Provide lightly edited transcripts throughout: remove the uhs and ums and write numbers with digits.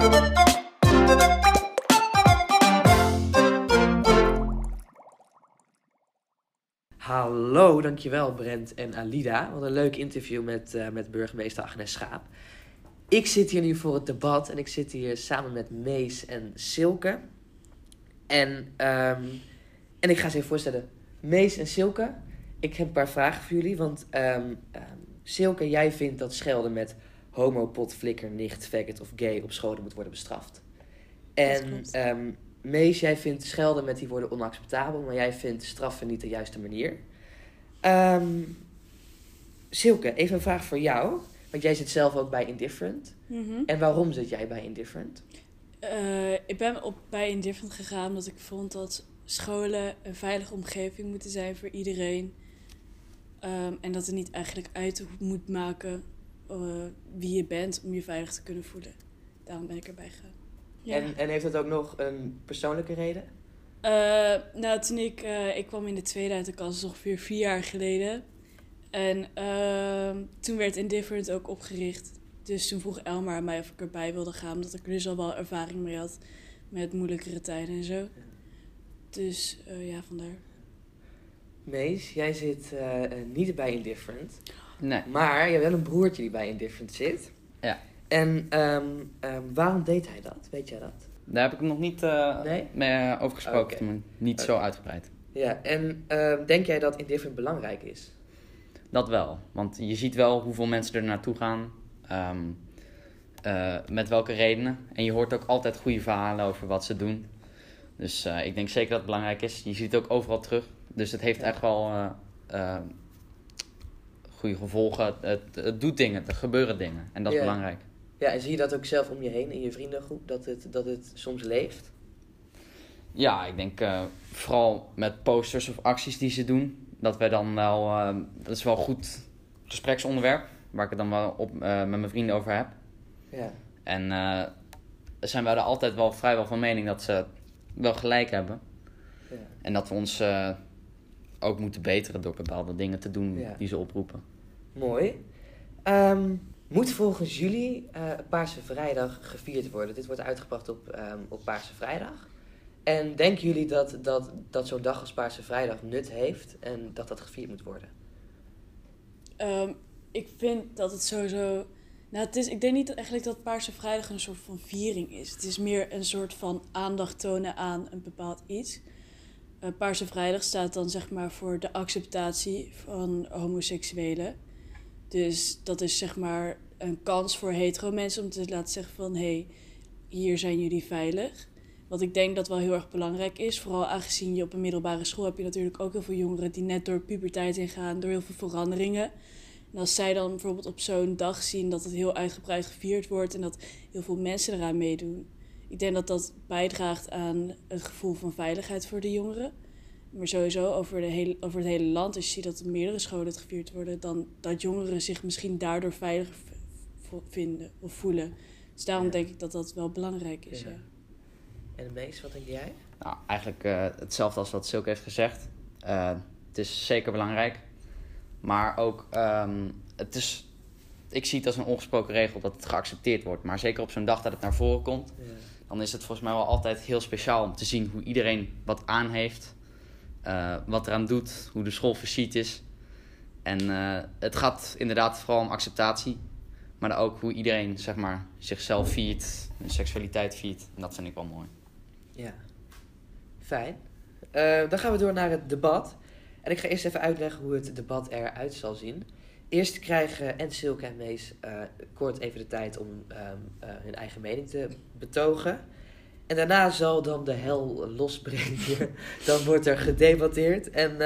Hallo, dankjewel Brent en Alida. Wat een leuk interview met burgemeester Agnes Schaap. Ik zit hier nu voor het debat en ik zit hier samen met Mees en Silke. En ik ga ze even voorstellen. Mees en Silke, ik heb een paar vragen voor jullie. Want Silke, jij vindt dat schelden met homo, pot, flikker, nicht, faggot of gay op scholen moet worden bestraft. En Mees, jij vindt schelden met die woorden onacceptabel, maar jij vindt straffen niet de juiste manier. Silke, even een vraag voor jou. Want jij zit zelf ook bij Indifferent. Mm-hmm. En waarom zit jij bij Indifferent? Ik ben bij Indifferent gegaan omdat ik vond dat scholen een veilige omgeving moeten zijn voor iedereen. En dat het niet eigenlijk uit moet maken wie je bent om je veilig te kunnen voelen. Daarom ben ik erbij gegaan. Ja. En heeft dat ook nog een persoonlijke reden? Toen ik kwam in de tweede uit de klas, ongeveer 4 jaar geleden. En toen werd Indifferent ook opgericht. Dus toen vroeg Elmar aan mij of ik erbij wilde gaan. Omdat ik er dus al wel ervaring mee had met moeilijkere tijden en zo. Ja. Dus vandaar. Mees, jij zit niet bij Indifferent. Nee. Maar je hebt wel een broertje die bij Indifferent zit. Ja. En waarom deed hij dat? Weet jij dat? Daar heb ik nog niet mee over gesproken. Okay. Niet zo uitgebreid. Ja, en denk jij dat Indifferent belangrijk is? Dat wel, want je ziet wel hoeveel mensen er naartoe gaan, met welke redenen. En je hoort ook altijd goede verhalen over wat ze doen. Dus ik denk zeker dat het belangrijk is. Je ziet het ook overal terug. Dus het heeft echt wel goede gevolgen. Het doet dingen, er gebeuren dingen. En dat is belangrijk. Ja, en zie je dat ook zelf om je heen in je vriendengroep, dat het soms leeft? Ja, ik denk vooral met posters of acties die ze doen. Dat wij dan wel, dat is wel een goed gespreksonderwerp, waar ik het dan wel met mijn vrienden over heb. Ja. En zijn wij er altijd wel vrijwel van mening dat ze wel gelijk hebben. Ja. En dat we ons ook moeten beteren door bepaalde dingen te doen die ze oproepen. Mooi. Moet volgens jullie Paarse Vrijdag gevierd worden? Dit wordt uitgebracht op Paarse Vrijdag. En denken jullie dat zo'n dag als Paarse Vrijdag nut heeft en dat gevierd moet worden? Ik vind dat het sowieso... ik denk niet eigenlijk dat Paarse Vrijdag een soort van viering is. Het is meer een soort van aandacht tonen aan een bepaald iets. Paarse Vrijdag staat dan zeg maar voor de acceptatie van homoseksuelen. Dus dat is zeg maar een kans voor hetero mensen om te laten zeggen van... hey, hier zijn jullie veilig. Wat ik denk dat wel heel erg belangrijk is. Vooral aangezien je op een middelbare school heb je natuurlijk ook heel veel jongeren die net door puberteit ingaan, door heel veel veranderingen. En als zij dan bijvoorbeeld op zo'n dag zien dat het heel uitgebreid gevierd wordt en dat heel veel mensen eraan meedoen. Ik denk dat dat bijdraagt aan het gevoel van veiligheid voor de jongeren. Maar sowieso over het hele land, als je ziet dat op meerdere scholen het gevierd worden, dan dat jongeren zich misschien daardoor veiliger vinden of voelen. Dus daarom denk ik dat dat wel belangrijk is, ja. En Mees, wat denk jij? Nou, eigenlijk hetzelfde als wat Silke heeft gezegd. Het is zeker belangrijk. Maar ook, ik zie het als een ongesproken regel dat het geaccepteerd wordt. Maar zeker op zo'n dag dat het naar voren komt, dan is het volgens mij wel altijd heel speciaal om te zien hoe iedereen wat aan heeft. Wat eraan doet, hoe de school versierd is. En het gaat inderdaad vooral om acceptatie. Maar ook hoe iedereen zeg maar, zichzelf viert, hun seksualiteit viert. En dat vind ik wel mooi. Ja, fijn. Dan gaan we door naar het debat. En ik ga eerst even uitleggen hoe het debat eruit zal zien. Eerst krijgen en Silke en Mees kort even de tijd om hun eigen mening te betogen. En daarna zal dan de hel losbreken. Dan wordt er gedebatteerd. En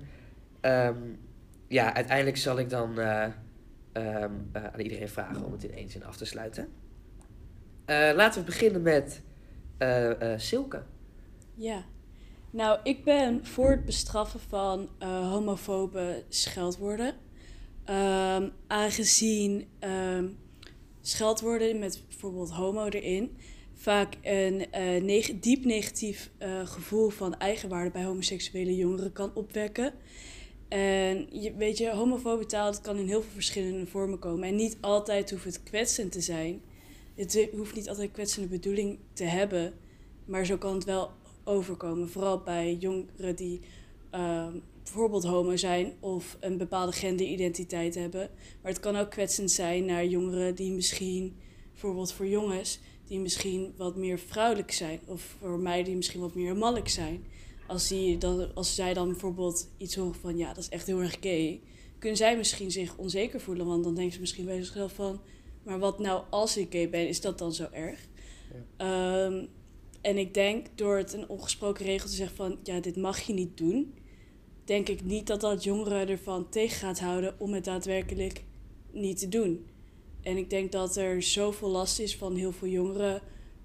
uiteindelijk zal ik dan aan iedereen vragen om het in één zin af te sluiten. Laten we beginnen met Silke. Ja, nou ik ben voor het bestraffen van homofobe scheldwoorden. Aangezien scheldwoorden met bijvoorbeeld homo erin vaak een diep negatief gevoel van eigenwaarde bij homoseksuele jongeren kan opwekken. En weet je, homofobe taal dat kan in heel veel verschillende vormen komen. En niet altijd hoeft het kwetsend te zijn. Het hoeft niet altijd kwetsende bedoeling te hebben, maar zo kan het wel overkomen. Vooral bij jongeren die bijvoorbeeld homo zijn of een bepaalde genderidentiteit hebben. Maar het kan ook kwetsend zijn naar jongeren die misschien, bijvoorbeeld voor jongens, die misschien wat meer vrouwelijk zijn. Of voor meiden die misschien wat meer mannelijk zijn. Als zij dan bijvoorbeeld iets horen van, ja, dat is echt heel erg gay, kunnen zij misschien zich onzeker voelen. Want dan denken ze misschien bij zichzelf van, maar wat nou als ik gay ben, is dat dan zo erg? Ja. En ik denk, door het een ongesproken regel te zeggen van, ja, dit mag je niet doen, denk ik niet dat jongeren ervan tegen gaat houden om het daadwerkelijk niet te doen. En ik denk dat er zoveel last is van heel veel jongeren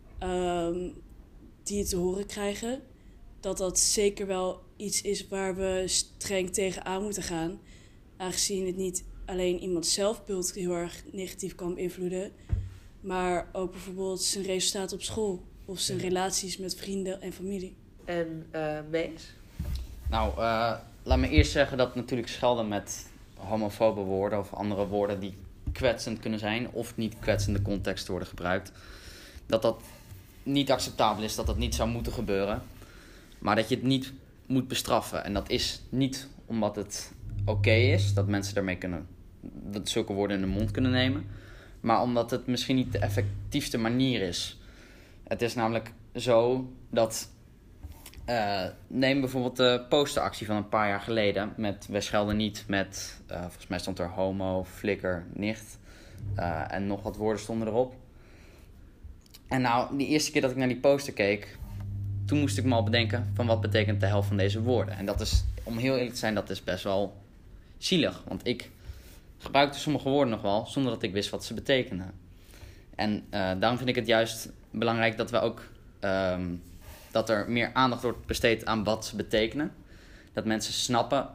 die het te horen krijgen, dat zeker wel iets is waar we streng tegenaan moeten gaan. Aangezien het niet alleen iemands zelfbeeld heel erg negatief kan beïnvloeden, maar ook bijvoorbeeld zijn resultaten op school of zijn relaties met vrienden en familie. En Mees? Nou, laat me eerst zeggen dat natuurlijk schelden met homofobe woorden of andere woorden die kwetsend kunnen zijn of niet kwetsende context worden gebruikt, dat niet acceptabel is, dat niet zou moeten gebeuren, maar dat je het niet moet bestraffen. En dat is niet omdat het oké is dat mensen daarmee dat zulke woorden in de mond kunnen nemen, maar omdat het misschien niet de effectiefste manier is. Het is namelijk zo dat neem bijvoorbeeld de posteractie van een paar jaar geleden met we schelden niet met, volgens mij stond er homo, flikker, nicht en nog wat woorden stonden erop. En nou, die eerste keer dat ik naar die poster keek, toen moest ik me al bedenken van wat betekent de helft van deze woorden. En dat is, om heel eerlijk te zijn, dat is best wel zielig. Want ik gebruikte sommige woorden nog wel zonder dat ik wist wat ze betekenden. En daarom vind ik het juist belangrijk dat we ook dat er meer aandacht wordt besteed aan wat ze betekenen. Dat mensen snappen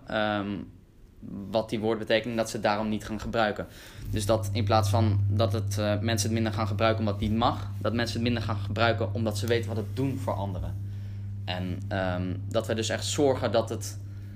wat die woorden betekenen en dat ze het daarom niet gaan gebruiken. Dus dat in plaats van dat mensen het minder gaan gebruiken omdat het niet mag, dat mensen het minder gaan gebruiken omdat ze weten wat het doen voor anderen. En dat we dus echt zorgen dat het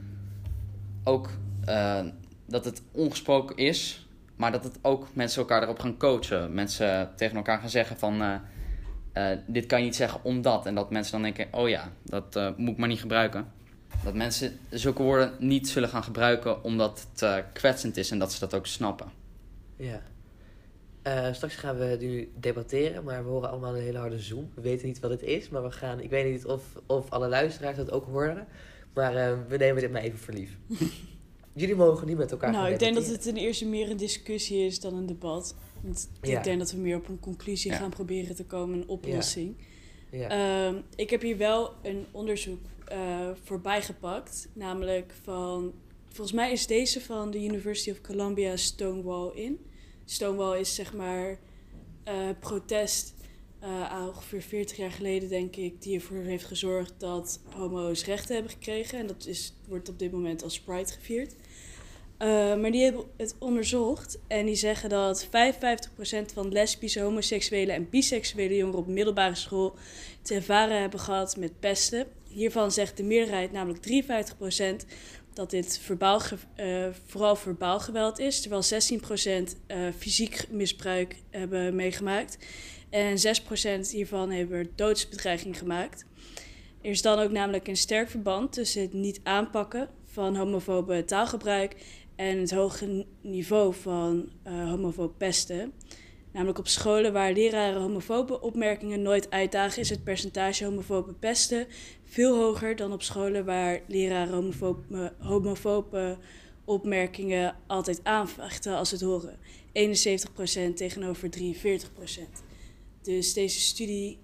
ook dat het ongesproken is, maar dat het ook mensen elkaar erop gaan coachen. Mensen tegen elkaar gaan zeggen van dit kan je niet zeggen omdat. En dat mensen dan denken, oh ja, dat moet ik maar niet gebruiken. Dat mensen zulke woorden niet zullen gaan gebruiken omdat het kwetsend is en dat ze dat ook snappen. Ja. Straks gaan we nu debatteren, maar we horen allemaal een hele harde zoom. We weten niet wat het is, maar ik weet niet of alle luisteraars dat ook horen. Maar we nemen dit maar even voor lief. Jullie mogen niet met elkaar gaan debatteren. Ik denk dat het ten eerste meer een discussie is dan een debat. Want ik denk dat we meer op een conclusie gaan proberen te komen, een oplossing. Ja. Ik heb hier wel een onderzoek voorbij gepakt. Namelijk volgens mij is deze van de University of Columbia Stonewall in. Stonewall is zeg maar protest ongeveer 40 jaar geleden, denk ik, die ervoor heeft gezorgd dat homo's rechten hebben gekregen. En dat wordt op dit moment als Pride gevierd. Maar die hebben het onderzocht en die zeggen dat 55% van lesbische, homoseksuele en biseksuele jongeren op middelbare school te ervaren hebben gehad met pesten. Hiervan zegt de meerderheid, namelijk 53%, dat dit vooral verbaal geweld is, terwijl 16% fysiek misbruik hebben meegemaakt. En 6% hiervan hebben doodsbedreiging gemaakt. Er is dan ook namelijk een sterk verband tussen het niet aanpakken van homofobe taalgebruik en het hoge niveau van homofoob pesten. Namelijk op scholen waar leraren homofobe opmerkingen nooit uitdagen, is het percentage homofobe pesten veel hoger dan op scholen waar leraren homofobe opmerkingen altijd aanvechten als het horen. 71% tegenover 43%. Dus deze studie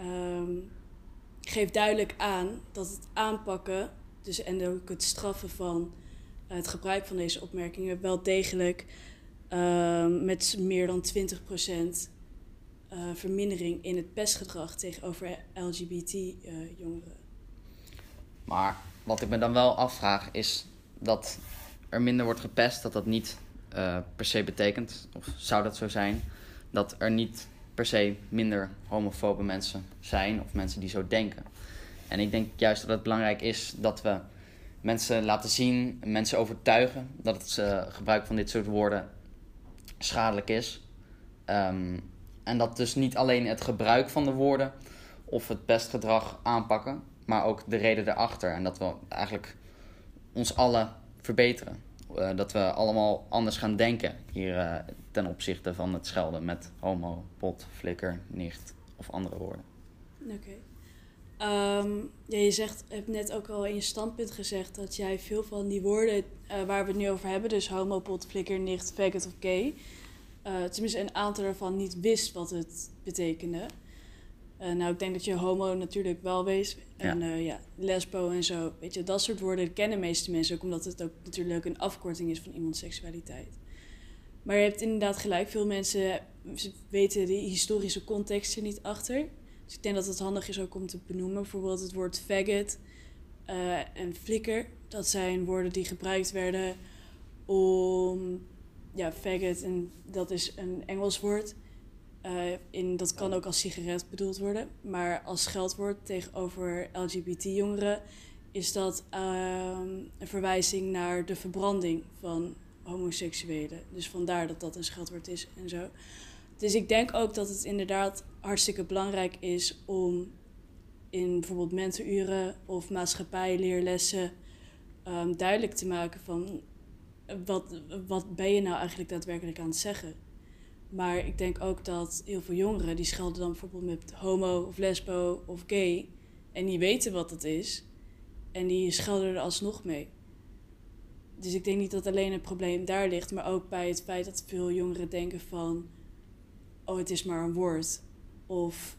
geeft duidelijk aan dat het aanpakken en ook het straffen van het gebruik van deze opmerkingen wel degelijk met meer dan 20% vermindering in het pestgedrag tegenover LGBT-jongeren. Maar wat ik me dan wel afvraag is dat er minder wordt gepest, dat niet per se betekent, of zou dat zo zijn, dat er niet per se minder homofobe mensen zijn of mensen die zo denken. En ik denk juist dat het belangrijk is dat we mensen laten zien, mensen overtuigen dat het gebruik van dit soort woorden schadelijk is. En dat dus niet alleen het gebruik van de woorden of het pestgedrag aanpakken, maar ook de reden erachter. En dat we eigenlijk ons allen verbeteren. Dat we allemaal anders gaan denken hier ten opzichte van het schelden met homo, pot, flikker, nicht of andere woorden. Oké. Je hebt net ook al in je standpunt gezegd dat jij veel van die woorden waar we het nu over hebben, dus homo, pot, flikker, nicht, faggot of gay, tenminste een aantal ervan niet wist wat het betekende. Ik denk dat je homo natuurlijk wel weet. En lesbo en zo. Weet je, dat soort woorden kennen de meeste mensen ook, omdat het ook natuurlijk een afkorting is van iemands seksualiteit. Maar je hebt inderdaad gelijk. Veel mensen weten de historische context er niet achter. Dus ik denk dat het handig is ook om te benoemen. Bijvoorbeeld het woord faggot en flikker. Dat zijn woorden die gebruikt werden om... Ja, faggot, en dat is een Engels woord. Dat kan ook als sigaret bedoeld worden. Maar als scheldwoord tegenover LGBT-jongeren is dat een verwijzing naar de verbranding van homoseksuelen. Dus vandaar dat dat een scheldwoord is en zo. Dus ik denk ook dat het inderdaad hartstikke belangrijk is om in bijvoorbeeld mentoruren of maatschappijleerlessen duidelijk te maken van wat ben je nou eigenlijk daadwerkelijk aan het zeggen. Maar ik denk ook dat heel veel jongeren die schelden dan bijvoorbeeld met homo of lesbo of gay en die weten wat het is en die schelden er alsnog mee. Dus ik denk niet dat alleen het probleem daar ligt, maar ook bij het feit dat veel jongeren denken van oh, het is maar een woord. Of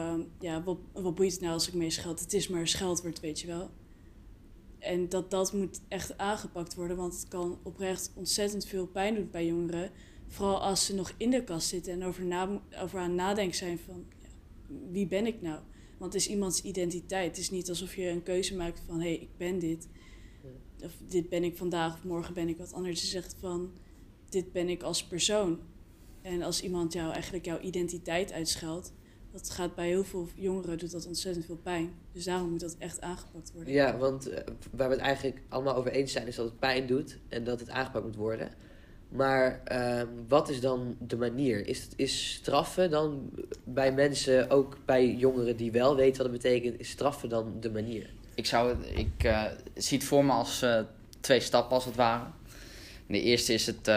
wat boeit het nou als ik mee scheld? Het is maar een scheldwoord, weet je wel. En dat moet echt aangepakt worden, want het kan oprecht ontzettend veel pijn doen bij jongeren. Vooral als ze nog in de kast zitten en over aan het nadenken zijn van wie ben ik nou? Want het is iemands identiteit. Het is niet alsof je een keuze maakt van hé, ik ben dit. Of dit ben ik vandaag of morgen ben ik wat anders. Je zegt van dit ben ik als persoon. En als iemand jouw identiteit uitscheldt, dat gaat bij heel veel jongeren, doet dat ontzettend veel pijn. Dus daarom moet dat echt aangepakt worden. Ja, want waar we het eigenlijk allemaal over eens zijn is dat het pijn doet en dat het aangepakt moet worden. Maar wat is dan de manier? Is straffen dan bij mensen, ook bij jongeren die wel weten wat het betekent, is straffen dan de manier? Ik zie het voor me als 2 stappen als het ware. De eerste is het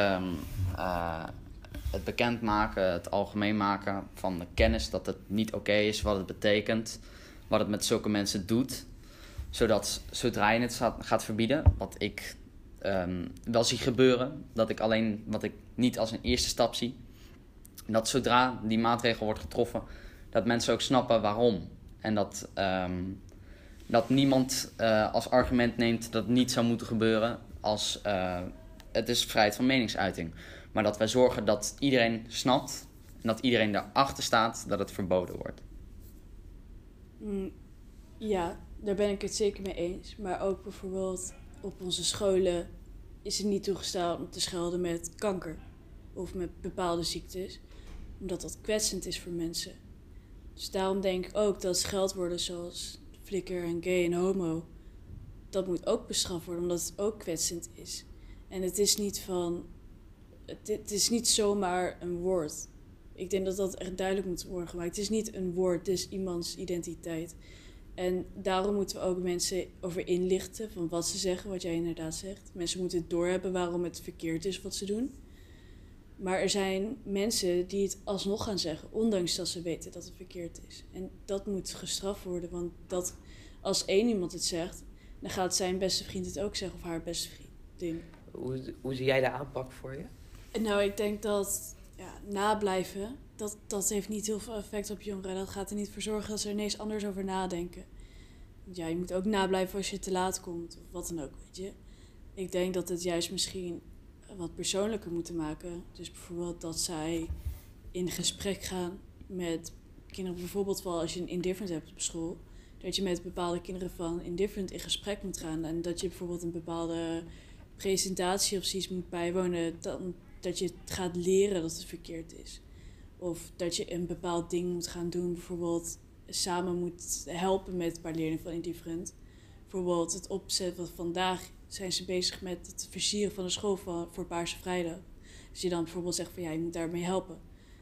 bekendmaken, het algemeen maken van de kennis dat het niet oké is, wat het betekent, wat het met zulke mensen doet. Zodat zodra je het gaat verbieden, wat ik wel zie gebeuren, dat ik alleen wat ik niet als een eerste stap zie, dat zodra die maatregel wordt getroffen, dat mensen ook snappen waarom. En dat niemand als argument neemt dat het niet zou moeten gebeuren als het is vrijheid van meningsuiting. Maar dat wij zorgen dat iedereen snapt en dat iedereen daarachter staat dat het verboden wordt. Ja, daar ben ik het zeker mee eens. Maar ook bijvoorbeeld op onze scholen is het niet toegestaan om te schelden met kanker of met bepaalde ziektes, omdat dat kwetsend is voor mensen. Dus daarom denk ik ook dat scheldwoorden zoals flikker en gay en homo, dat moet ook bestraft worden, omdat het ook kwetsend is. En het is niet zomaar een woord. Ik denk dat dat echt duidelijk moet worden gemaakt. Het is niet een woord, het is iemands identiteit. En daarom moeten we ook mensen over inlichten van wat ze zeggen, wat jij inderdaad zegt. Mensen moeten het doorhebben waarom het verkeerd is wat ze doen. Maar er zijn mensen die het alsnog gaan zeggen, ondanks dat ze weten dat het verkeerd is. En dat moet gestraft worden, want als één iemand het zegt, dan gaat zijn beste vriend het ook zeggen of haar beste vriendin. Hoe zie jij de aanpak voor je? Nou, ik denk dat nablijven, dat heeft niet heel veel effect op jongeren. Dat gaat er niet voor zorgen dat ze er ineens anders over nadenken. Ja, je moet ook nablijven als je te laat komt of wat dan ook, weet je. Ik denk dat het juist misschien wat persoonlijker moeten maken. Dus bijvoorbeeld dat zij in gesprek gaan met kinderen. Bijvoorbeeld wel als je een indifferent hebt op school. Dat je met bepaalde kinderen van indifferent in gesprek moet gaan. En dat je bijvoorbeeld een bepaalde presentatie of zoiets moet bijwonen. Dat je het gaat leren dat het verkeerd is. Of dat je een bepaald ding moet gaan doen. Bijvoorbeeld samen moet helpen met een paar leerlingen van indifferent. Bijvoorbeeld het opzetten van vandaag zijn ze bezig met het versieren van de school voor Paarse Vrijdag. Dus je dan bijvoorbeeld zegt van je moet daarmee helpen.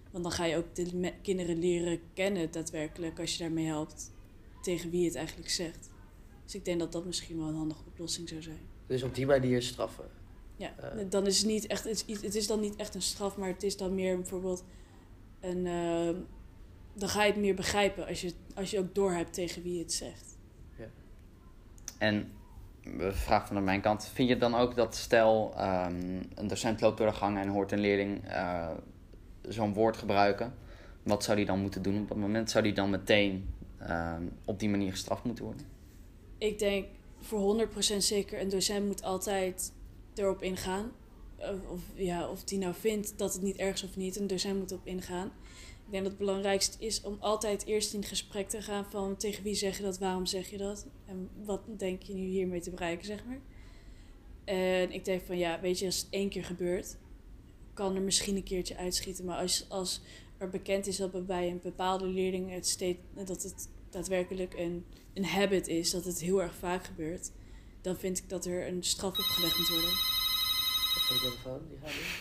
Want dan ga je ook de kinderen leren kennen daadwerkelijk als je daarmee helpt tegen wie het eigenlijk zegt. Dus ik denk dat dat misschien wel een handige oplossing zou zijn. Dus op die manier straffen. Ja, dan is het niet echt, het is dan niet echt een straf, maar het is dan meer bijvoorbeeld een... dan ga je het meer begrijpen als je ook doorhebt tegen wie het zegt. Ja. En vraag van mijn kant, vind je dan ook dat stel een docent loopt door de gang en hoort een leerling zo'n woord gebruiken, wat zou die dan moeten doen op dat moment? Zou die dan meteen op die manier gestraft moeten worden? Ik denk voor 100% zeker, een docent moet altijd erop ingaan. Of die nou vindt dat het niet erg is of niet, een docent moet erop ingaan. Ik denk dat het belangrijkste is om altijd eerst in gesprek te gaan van tegen wie zeg je dat, waarom zeg je dat en wat denk je nu hiermee te bereiken, zeg maar. En ik denk van ja, weet je, als het 1 keer gebeurt, kan er misschien een keertje uitschieten. Maar als er bekend is dat bij een bepaalde leerling dat het daadwerkelijk een habit is, dat het heel erg vaak gebeurt, dan vind ik dat er een straf opgelegd moet worden. Even de telefoon, die gaat in.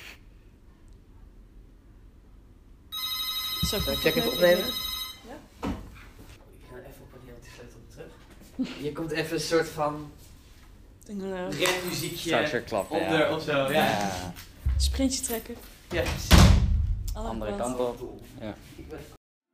Zal Zal ik check even opnemen? Ja. Ik ga even op een heel sleutel terug. Hier komt even een soort van remmuziekje Starter klappen, onder ja. of zo. Ja. Ja. Sprintje trekken. Ja. Andere kant op. Ja. Ik ben...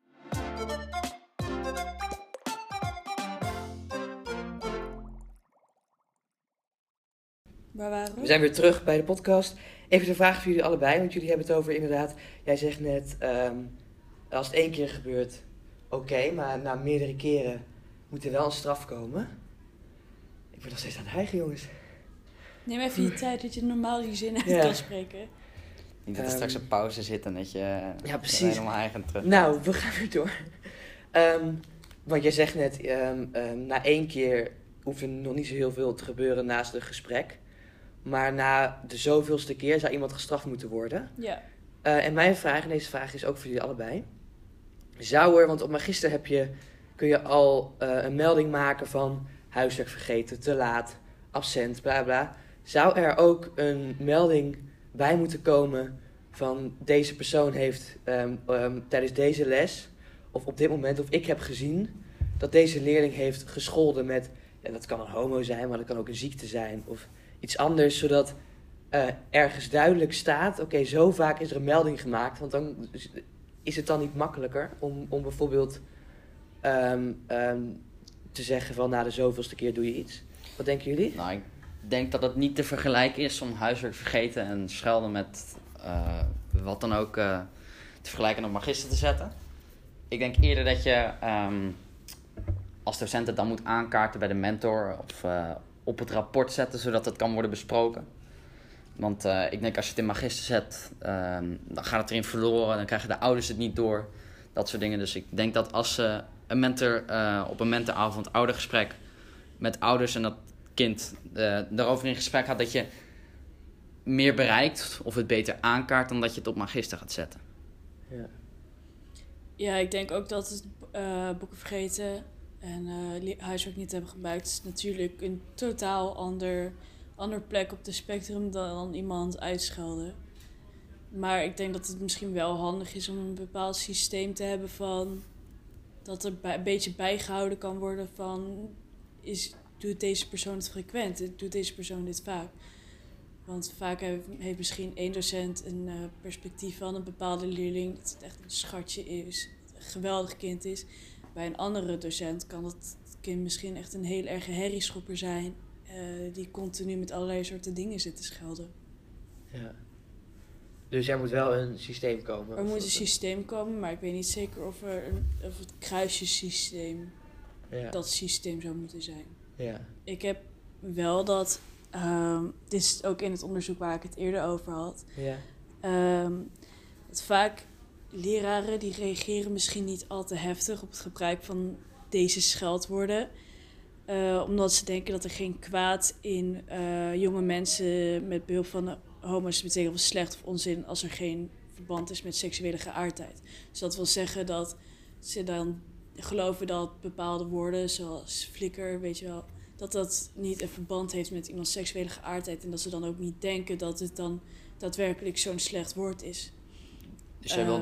Waar waren We we? zijn weer terug bij de podcast. Even een vraag voor jullie allebei, want jullie hebben het over inderdaad... Jij zegt net, als het 1 keer gebeurt, oké, maar na meerdere keren moet er wel een straf komen. Ik ben nog steeds aan het hijgen, jongens. Neem even je tijd dat je normaal je zin uit Ja. kan spreken. Niet dat er straks een pauze zit en dat je Ja, precies. helemaal eigen terug. Nou, we gaan weer door. Want jij zegt net, na 1 keer hoeft er nog niet zo heel veel te gebeuren naast een gesprek. Maar na de zoveelste keer zou iemand gestraft moeten worden. Ja. En mijn vraag, en deze vraag is ook voor jullie allebei. Zou er, want op Magister kun je al een melding maken van huiswerk vergeten, te laat, absent, bla bla. Zou er ook een melding bij moeten komen van deze persoon heeft tijdens deze les, of op dit moment, of ik heb gezien dat deze leerling heeft gescholden met, en dat kan een homo zijn, maar dat kan ook een ziekte zijn, of iets anders, zodat ergens duidelijk staat, oké, zo vaak is er een melding gemaakt, want dan is het dan niet makkelijker om bijvoorbeeld te zeggen van na de zoveelste keer doe je iets. Wat denken jullie? Nou, ik denk dat het niet te vergelijken is om huiswerk vergeten en schelden met wat dan ook te vergelijken op Magister te zetten. Ik denk eerder dat je als docent het dan moet aankaarten bij de mentor of op het rapport zetten, zodat het kan worden besproken. Want ik denk als je het in Magister zet, dan gaat het erin verloren, dan krijgen de ouders het niet door, dat soort dingen. Dus ik denk dat als een mentor op een mentoravond oudergesprek met ouders en dat kind daarover in gesprek gaat, dat je meer bereikt of het beter aankaart dan dat je het op Magister gaat zetten. Ja. Ja, ik denk ook dat het boeken vergeten en huiswerk niet hebben gebruikt is natuurlijk een totaal ander plek op de spectrum dan iemand uitschelden. Maar ik denk dat het misschien wel handig is om een bepaald systeem te hebben van dat er een beetje bijgehouden kan worden van doet deze persoon het frequent, doet deze persoon dit vaak. Want vaak heeft misschien 1 docent een perspectief van een bepaalde leerling dat het echt een schatje is, een geweldig kind is. Bij een andere docent kan het kind misschien echt een heel erge herrieschopper zijn die continu met allerlei soorten dingen zit te schelden. Ja. Dus er moet wel een systeem komen. Er moet een systeem komen, maar ik weet niet zeker of het kruisjesysteem dat systeem zou moeten zijn. Ja. Ik heb wel dat, dit is ook in het onderzoek waar ik het eerder over had, Ja. dat vaak leraren die reageren misschien niet al te heftig op het gebruik van deze scheldwoorden. Omdat ze denken dat er geen kwaad in jonge mensen met behulp van homoseksualiteit of slecht of onzin als er geen verband is met seksuele geaardheid. Dus dat wil zeggen dat ze dan geloven dat bepaalde woorden zoals flikker, weet je wel, dat niet een verband heeft met iemands seksuele geaardheid en dat ze dan ook niet denken dat het dan daadwerkelijk zo'n slecht woord is. Dus jij wil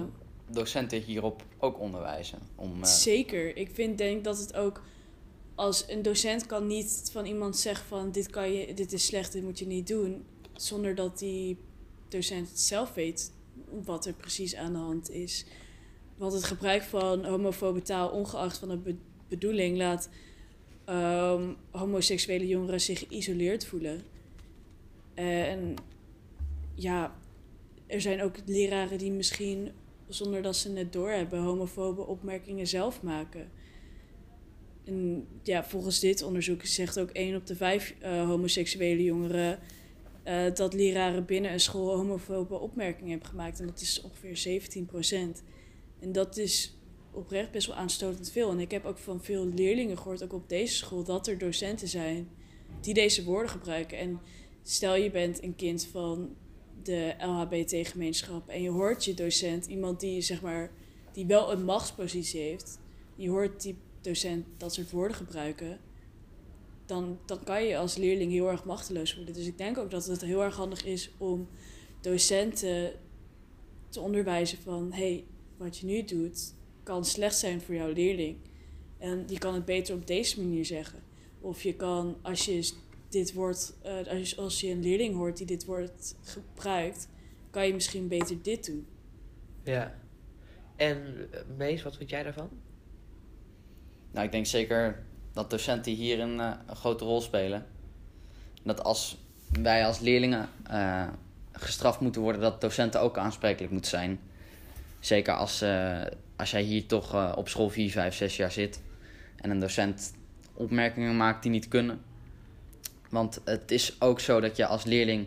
docenten hierop ook onderwijzen. Zeker. Ik denk dat het ook... Als een docent kan niet van iemand zeggen van... dit is slecht, dit moet je niet doen. Zonder dat die docent het zelf weet wat er precies aan de hand is. Want het gebruik van homofobe taal, ongeacht van de bedoeling... laat homoseksuele jongeren zich geïsoleerd voelen. En ja, er zijn ook leraren die misschien, zonder dat ze het doorhebben, homofobe opmerkingen zelf maken. En ja, volgens dit onderzoek zegt ook 1 op de 5 homoseksuele jongeren dat leraren binnen een school homofobe opmerkingen hebben gemaakt. En dat is ongeveer 17%. En dat is oprecht best wel aanstotend veel. En ik heb ook van veel leerlingen gehoord, ook op deze school, dat er docenten zijn die deze woorden gebruiken. En stel je bent een kind van de LHBT-gemeenschap en je hoort je docent, iemand die zeg maar, die wel een machtspositie heeft, je hoort die docent dat soort woorden gebruiken, dan kan je als leerling heel erg machteloos worden. Dus ik denk ook dat het heel erg handig is om docenten te onderwijzen van, hey, wat je nu doet kan slecht zijn voor jouw leerling. En je kan het beter op deze manier zeggen. Of je kan, als je dit woord, als je een leerling hoort die dit woord gebruikt, kan je misschien beter dit doen. Ja. En Mees, wat vind jij daarvan? Nou, ik denk zeker dat docenten hier een grote rol spelen. Dat als wij als leerlingen gestraft moeten worden, dat docenten ook aansprekelijk moeten zijn. Zeker als jij hier toch op school 4, 5, 6 jaar zit en een docent opmerkingen maakt die niet kunnen. Want het is ook zo dat je als leerling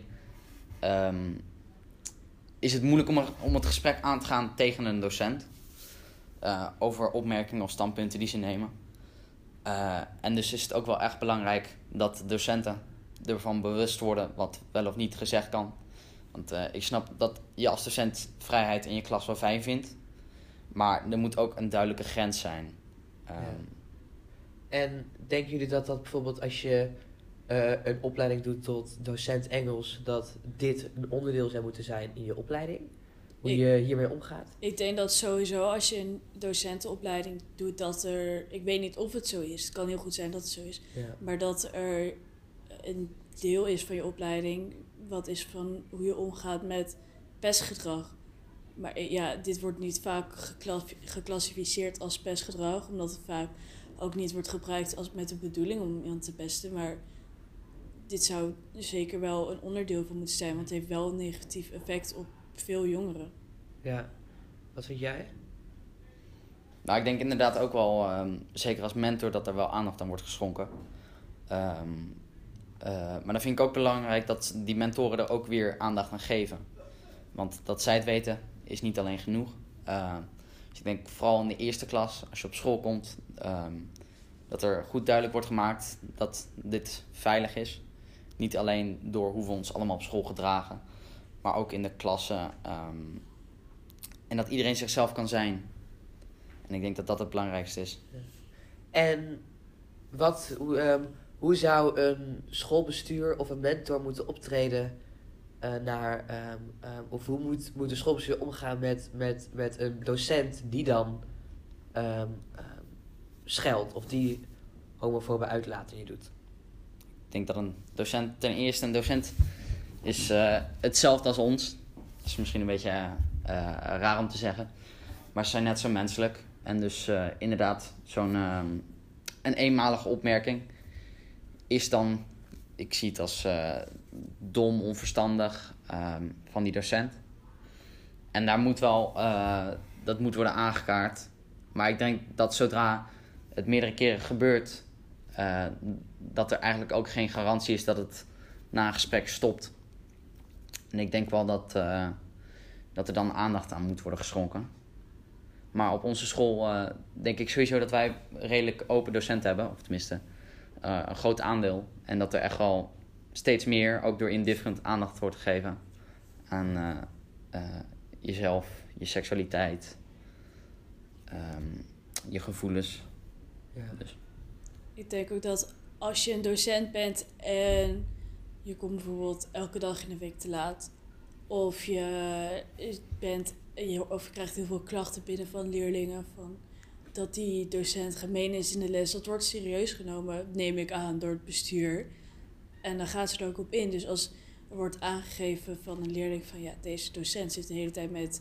is het moeilijk om het gesprek aan te gaan tegen een docent over opmerkingen of standpunten die ze nemen. En dus is het ook wel echt belangrijk dat docenten ervan bewust worden wat wel of niet gezegd kan. Want ik snap dat je als docent vrijheid in je klas wel fijn vindt. Maar er moet ook een duidelijke grens zijn. Ja. En denken jullie dat bijvoorbeeld als je een opleiding doet tot docent Engels, dat dit een onderdeel zou moeten zijn in je opleiding? Hoe je hiermee omgaat? Ik denk dat sowieso als je een docentenopleiding doet, dat er... Ik weet niet of het zo is. Het kan heel goed zijn dat het zo is. Ja. Maar dat er een deel is van je opleiding wat is van hoe je omgaat met pestgedrag. Maar ja, dit wordt niet vaak geclassificeerd als pestgedrag, omdat het vaak ook niet wordt gebruikt als met de bedoeling om iemand te pesten. Maar dit zou zeker wel een onderdeel van moeten zijn, want het heeft wel een negatief effect op veel jongeren. Ja. Wat vind jij? Nou, ik denk inderdaad ook wel, zeker als mentor, dat er wel aandacht aan wordt geschonken. Maar dan vind ik ook belangrijk dat die mentoren er ook weer aandacht aan geven. Want dat zij het weten is niet alleen genoeg. Dus ik denk vooral in de eerste klas, als je op school komt, dat er goed duidelijk wordt gemaakt dat dit veilig is. Niet alleen door hoe we ons allemaal op school gedragen, maar ook in de klassen. En dat iedereen zichzelf kan zijn. En ik denk dat dat het belangrijkste is. Ja. En hoe zou een schoolbestuur of een mentor moeten optreden of hoe moet een schoolbestuur omgaan met een docent die dan scheldt of die homofobe uitlatingen doet? Ik denk dat een docent is hetzelfde als ons. Dat is misschien een beetje raar om te zeggen. Maar ze zijn net zo menselijk. En dus inderdaad, een eenmalige opmerking is dan, ik zie het als dom, onverstandig van die docent. En daar moet wel, dat moet worden aangekaart. Maar ik denk dat zodra het meerdere keren gebeurt, dat er eigenlijk ook geen garantie is dat het na een gesprek stopt. En ik denk wel dat er dan aandacht aan moet worden geschonken. Maar op onze school denk ik sowieso dat wij redelijk open docenten hebben. Of tenminste, een groot aandeel. En dat er echt wel steeds meer, ook door Indifferent, aandacht wordt gegeven aan jezelf, je seksualiteit, je gevoelens. Ja. Dus. Ik denk ook dat als je een docent bent en je komt bijvoorbeeld elke dag in de week te laat, of je bent je krijgt heel veel klachten binnen van leerlingen van dat die docent gemeen is in de les. Dat wordt serieus genomen, neem ik aan, door het bestuur. En dan gaat ze er ook op in. Dus als er wordt aangegeven van een leerling van deze docent zit de hele tijd met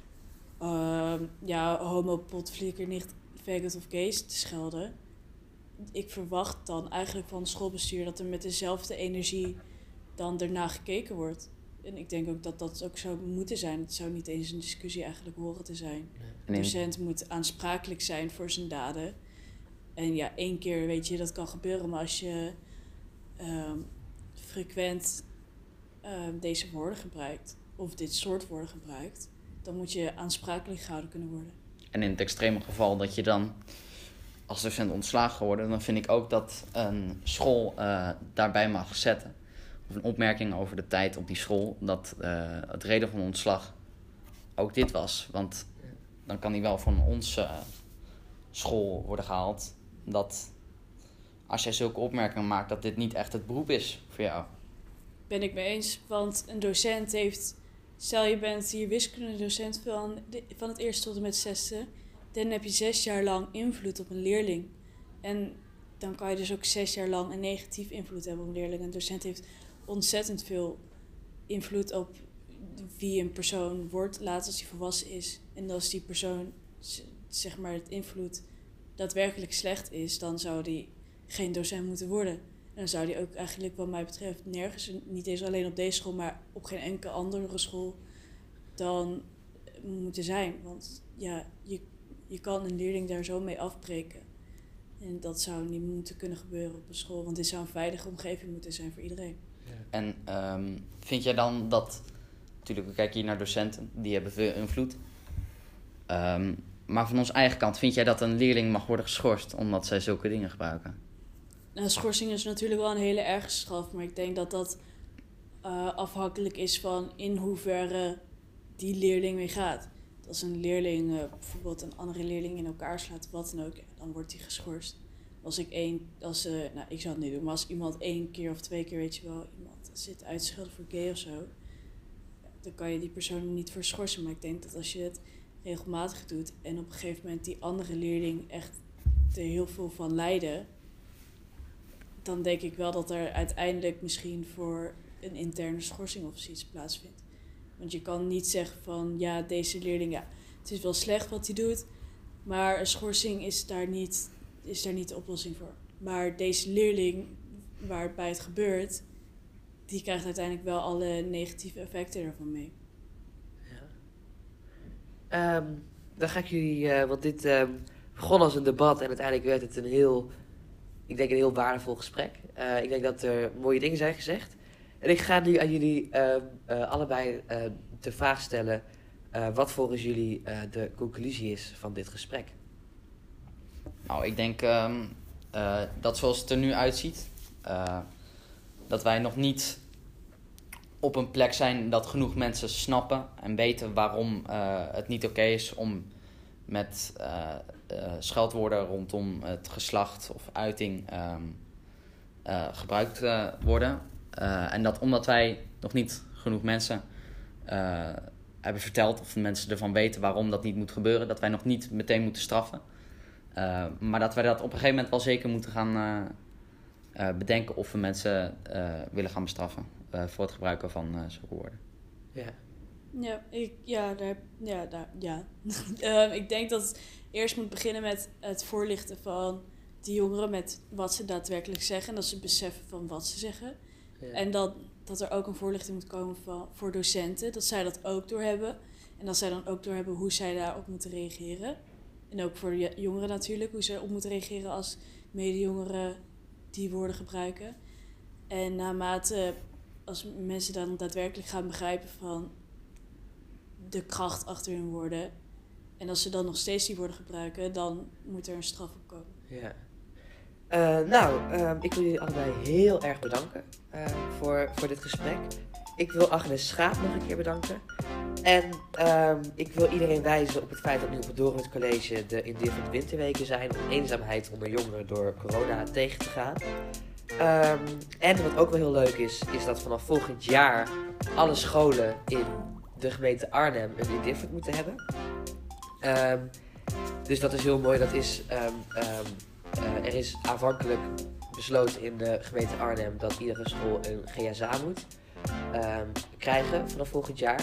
homo, potvlieker, nicht, faggot of gays te schelden. Ik verwacht dan eigenlijk van het schoolbestuur dat er met dezelfde energie dan erna gekeken wordt. En ik denk ook dat dat ook zou moeten zijn. Het zou niet eens een discussie eigenlijk horen te zijn. De docent moet aansprakelijk zijn voor zijn daden. En 1 keer weet je, dat kan gebeuren. Maar als je frequent deze woorden gebruikt, of dit soort woorden gebruikt, dan moet je aansprakelijk gehouden kunnen worden. En in het extreme geval dat je dan als docent ontslagen wordt, dan vind ik ook dat een school daarbij mag zetten. Of een opmerking over de tijd op die school, dat het reden van ontslag ook dit was. Want dan kan die wel van onze school worden gehaald. Dat als jij zulke opmerkingen maakt, dat dit niet echt het beroep is voor jou. Ben ik mee eens, want een docent heeft... Stel je bent hier wiskundedocent van het eerste tot en met het 6e. Dan heb je 6 jaar lang invloed op een leerling. En dan kan je dus ook 6 jaar lang een negatief invloed hebben op een leerling. Een docent heeft ontzettend veel invloed op wie een persoon wordt later als hij volwassen is. En als die persoon, zeg maar, het invloed daadwerkelijk slecht is, dan zou die geen docent moeten worden. En dan zou die ook eigenlijk, wat mij betreft, nergens, niet eens alleen op deze school, maar op geen enkele andere school dan moeten zijn. Want je kan een leerling daar zo mee afbreken. En dat zou niet moeten kunnen gebeuren op een school, want dit zou een veilige omgeving moeten zijn voor iedereen. Ja. En vind jij dan dat... Natuurlijk, we kijken hier naar docenten, die hebben veel invloed. Maar van onze eigen kant, vind jij dat een leerling mag worden geschorst omdat zij zulke dingen gebruiken? Nou, schorsing is natuurlijk wel een hele erge straf, maar ik denk dat dat afhankelijk is van in hoeverre die leerling mee gaat. Als een leerling bijvoorbeeld een andere leerling in elkaar slaat, wat dan ook, dan wordt die geschorst. Ik zou het niet doen, maar als iemand 1 keer of 2 keer, weet je wel, iemand zit uit te schelden voor gay of zo, dan kan je die persoon niet voor schorsen. Maar ik denk dat als je het regelmatig doet en op een gegeven moment die andere leerling echt er heel veel van lijden, dan denk ik wel dat er uiteindelijk misschien voor een interne schorsing of zoiets plaatsvindt. Want je kan niet zeggen van, deze leerling, het is wel slecht wat hij doet, maar een schorsing is daar niet de oplossing voor. Maar deze leerling, waarbij het gebeurt, die krijgt uiteindelijk wel alle negatieve effecten ervan mee. Ja. Dan ga ik jullie, want dit begon als een debat en uiteindelijk werd het een heel waardevol gesprek. Ik denk dat er mooie dingen zijn gezegd. En ik ga nu aan jullie allebei de vraag stellen wat volgens jullie de conclusie is van dit gesprek. Nou, ik denk dat zoals het er nu uitziet, dat wij nog niet op een plek zijn dat genoeg mensen snappen en weten waarom het niet oké is om met scheldwoorden rondom het geslacht of uiting gebruikt worden. En dat omdat wij nog niet genoeg mensen hebben verteld of mensen ervan weten waarom dat niet moet gebeuren, dat wij nog niet meteen moeten straffen. Maar dat wij dat op een gegeven moment wel zeker moeten gaan bedenken of we mensen willen gaan bestraffen voor het gebruiken van zulke woorden. Ik denk dat het eerst moet beginnen met het voorlichten van die jongeren met wat ze daadwerkelijk zeggen. En dat ze beseffen van wat ze zeggen. Ja. En dat er ook een voorlichting moet komen voor docenten. Dat zij dat ook doorhebben. En dat zij dan ook doorhebben hoe zij daarop moeten reageren. En ook voor de jongeren natuurlijk. Hoe zij op moeten reageren als medejongeren die woorden gebruiken. En naarmate als mensen dan daadwerkelijk gaan begrijpen van de kracht achter hun woorden. En als ze dan nog steeds die woorden gebruiken, dan moet er een straf op komen. Ja. Ik wil jullie allebei heel erg bedanken voor dit gesprek. Ik wil Agnes Schaap nog een keer bedanken. En ik wil iedereen wijzen op het feit dat nu op het Doornwerd College de Indifferent Winterweken zijn om eenzaamheid onder jongeren door corona tegen te gaan. En wat ook wel heel leuk is dat vanaf volgend jaar alle scholen in de gemeente Arnhem een Indifferent moeten hebben. Dus dat is heel mooi. Dat is, er is aanvankelijk besloten in de gemeente Arnhem dat iedere school een GSA moet krijgen vanaf volgend jaar.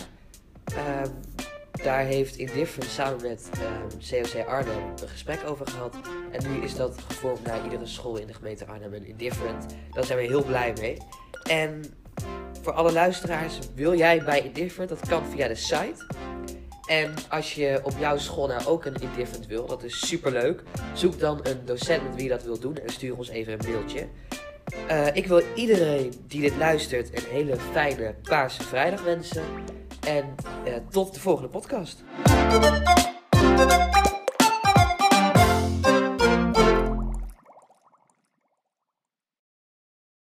Daar heeft Indifferent samen met COC Arnhem een gesprek over gehad. En nu is dat gevormd naar iedere school in de gemeente Arnhem een Indifferent. Daar zijn we heel blij mee. En voor alle luisteraars, wil jij bij Indifferent? Dat kan via de site. En als je op jouw school nou ook een Indifferent wil, dat is superleuk. Zoek dan een docent met wie je dat wil doen en stuur ons even een mailtje. Ik wil iedereen die dit luistert een hele fijne Paarse Vrijdag wensen. En tot de volgende podcast.